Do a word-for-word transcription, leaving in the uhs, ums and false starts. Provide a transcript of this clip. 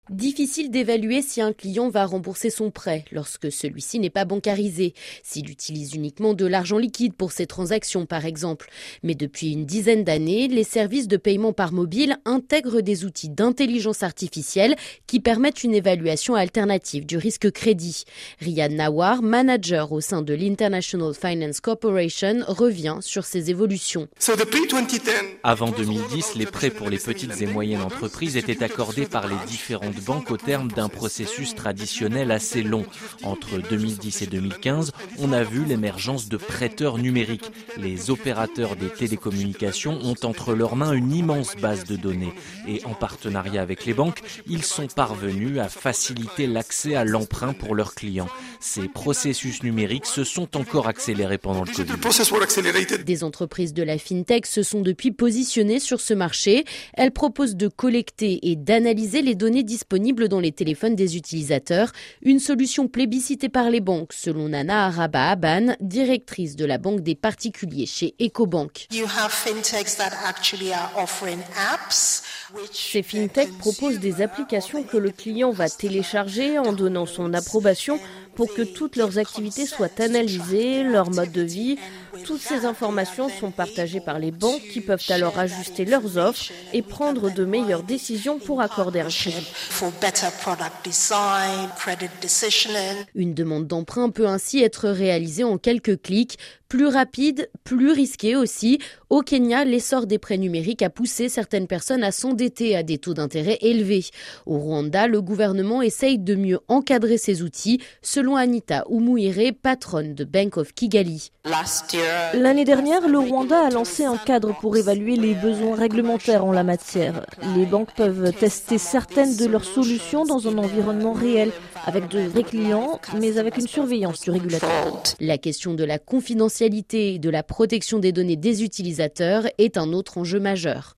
Difficile d'évaluer si un client va rembourser son prêt lorsque celui-ci n'est pas bancarisé, s'il utilise uniquement de l'argent liquide pour ses transactions par exemple. Mais depuis une dizaine d'années, les services de paiement par mobile intègrent des outils d'intelligence artificielle qui permettent une évaluation alternative du risque crédit. Riyad Nawar, manager au sein de l'International Finance Corporation, revient sur ces évolutions. Avant deux mille dix, les prêts pour les petites et moyennes entreprises étaient accordés par les différentes banques au terme d'un processus traditionnel assez long. Entre deux mille dix et deux mille quinze, on a vu l'émergence de prêteurs numériques. Les opérateurs des télécommunications ont entre leurs mains une immense base de données. Et en partenariat avec les banques, ils sont parvenus à faciliter l'accès à l'emprunt pour leurs clients. Ces processus numériques se sont encore accélérés pendant le Covid. Des entreprises de la FinTech se sont depuis positionnées sur ce marché. Elles proposent de collecter et d'analyser les données disponibles dans les téléphones des utilisateurs, une solution plébiscitée par les banques, selon Nana Araba Aban, directrice de la banque des particuliers chez Ecobank. Ces fintechs proposent des applications que le client va télécharger en donnant son approbation pour que toutes leurs activités soient analysées, leur mode de vie. Toutes ces informations sont partagées par les banques qui peuvent alors ajuster leurs offres et prendre de meilleures décisions pour accorder un crédit. Une demande d'emprunt peut ainsi être réalisée en quelques clics, plus rapide, plus risqué aussi. Au Kenya, l'essor des prêts numériques a poussé certaines personnes à s'endetter à des taux d'intérêt élevés. Au Rwanda, le gouvernement essaye de mieux encadrer ces outils, selon Anita Umuire, patronne de Bank of Kigali. L'année dernière, le Rwanda a lancé un cadre pour évaluer les besoins réglementaires en la matière. Les banques peuvent tester certaines de leurs solutions dans un environnement réel, avec de vrais clients, mais avec une surveillance du régulateur. La question de la confidentialité et de la protection des données des utilisateurs est un autre enjeu majeur.